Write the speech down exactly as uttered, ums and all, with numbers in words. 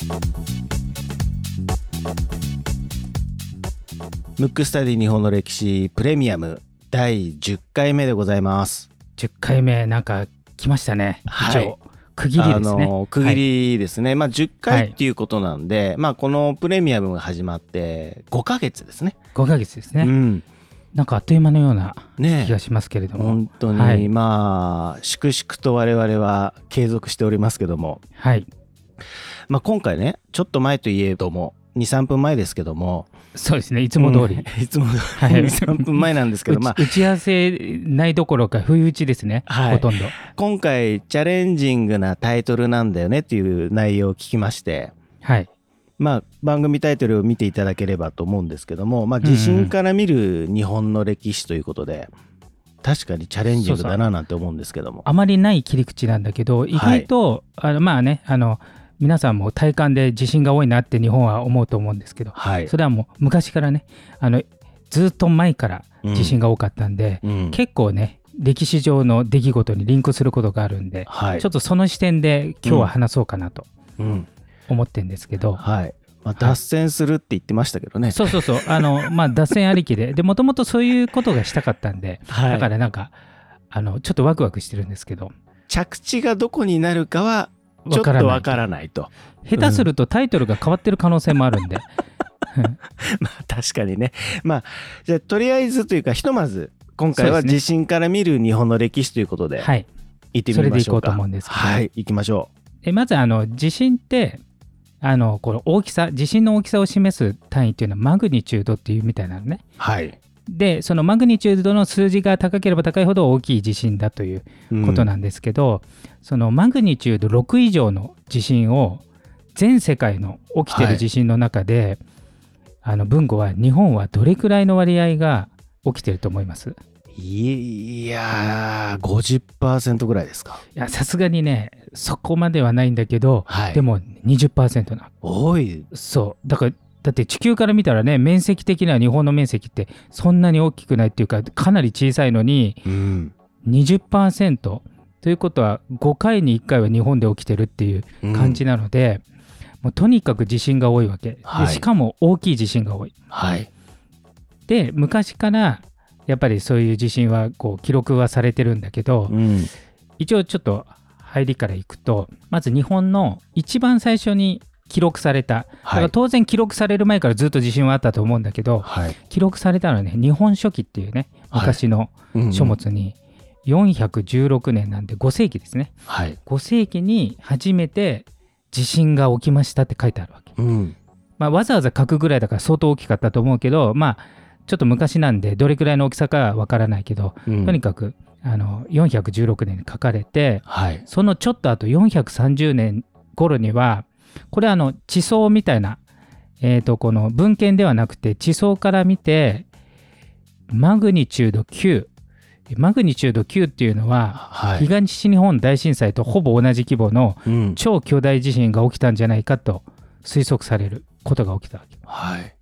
ムックスタディ日本の歴史プレミアムだいじゅっかいめでございます。 じゅっかいめなんか来ましたね。 はい、 一応区切りですね。 あの区切りですね、はい、まあじゅっかいっていうことなんで、はい、まあこのプレミアムが始まってごかげつですね。 ごかげつですね、 うん、 なんかあっという間のような気がしますけれども、 ね、本当に、はい、まあ粛々と我々は継続しておりますけども、 はい、まあ、 今回ねちょっと前といえども にさんぷんまえですけども、 そうですね、いつも通り、 うん、いつも通りにさんぷんまえなんですけどまあ、 打ち合わせないどころか不意打ちですね、はい、ほとんど。 今回チャレンジングなタイトルなんだよねっていう内容を聞きまして、 はい、 まあ、番組タイトルを見ていただければと思うんですけども、まあ、地震から見る日本の歴史ということで、うんうん、確かにチャレンジングだななんて思うんですけども、 あまりない切り口なんだけど意外と、はい、あのまあねあの皆さんも体感で地震が多いなって日本は思うと思うんですけど、はい、それはもう昔からねあのずっと前から地震が多かったんで、うんうん、結構ね歴史上の出来事にリンクすることがあるんで、はい、ちょっとその視点で今日は話そうかなと思ってるんですけど、うんうん、 はいまあ、脱線するって言ってましたけどね、はい、 そうそうそうあの、まあ、脱線ありきででもともとそういうことがしたかったんで、はい、だからなんかあのちょっとワクワクしてるんですけど、 着地がどこになるかはちょっとわからないと、 下手するとタイトルが変わってる可能性もあるんで、 うん、まあ確かにね。まあじゃあとりあえずというかひとまず今回は地震から見る日本の歴史ということで、 はい、 行ってみましょうか。 それでいこうと思うんですけど、 はい、行きましょう。 えまずあの地震ってあのこの大きさ地震の大きさを示す単位っていうのはマグニチュードっていうみたいなのね。 はい。 でそのマグニチュードの数字が高ければ高いほど大きい地震だということなんですけど、うん、そのマグニチュードろく以上の地震を全世界の起きてる地震の中で、はい、あの文吾は日本はどれくらいの割合が起きてると思います？ いやー ごじゅっパーセント ぐらいですか？ いやさすがにねそこまではないんだけど、はい、でも にじゅっパーセント な多い。 そうだからだって地球から見たらね面積的には日本の面積ってそんなに大きくないっていうかかなり小さいのに、うん、にじゅっパーセント ということはごかいにいっかいは日本で起きてるっていう感じなので、うん、もうとにかく地震が多いわけ、はい、でしかも大きい地震が多い、はい、で昔からやっぱりそういう地震はこう記録はされてるんだけど、うん、一応ちょっと入りからいくとまず日本の一番最初に記録された、だから当然記録される前からずっと地震はあったと思うんだけど、はい、記録されたのはね日本書紀っていうね昔の書物によんひゃくじゅうろくねんなんでごせいきですね、はい、ごせいきに初めて地震が起きましたって書いてあるわけ、うんまあ、わざわざ書くぐらいだから相当大きかったと思うけどまあちょっと昔なんでどれくらいの大きさかはわからないけど、うん、とにかくあのよんひゃくじゅうろくねんに書かれて、はい、そのちょっとあとよんひゃくさんじゅうねん頃にはこれはあの地層みたいな、えーとこの文献ではなくて地層から見てマグニチュードきゅうマグニチュードきゅうっていうのは、はい、東日本大震災とほぼ同じ規模の超巨大地震が起きたんじゃないかと推測されることが起きたわけ、はい、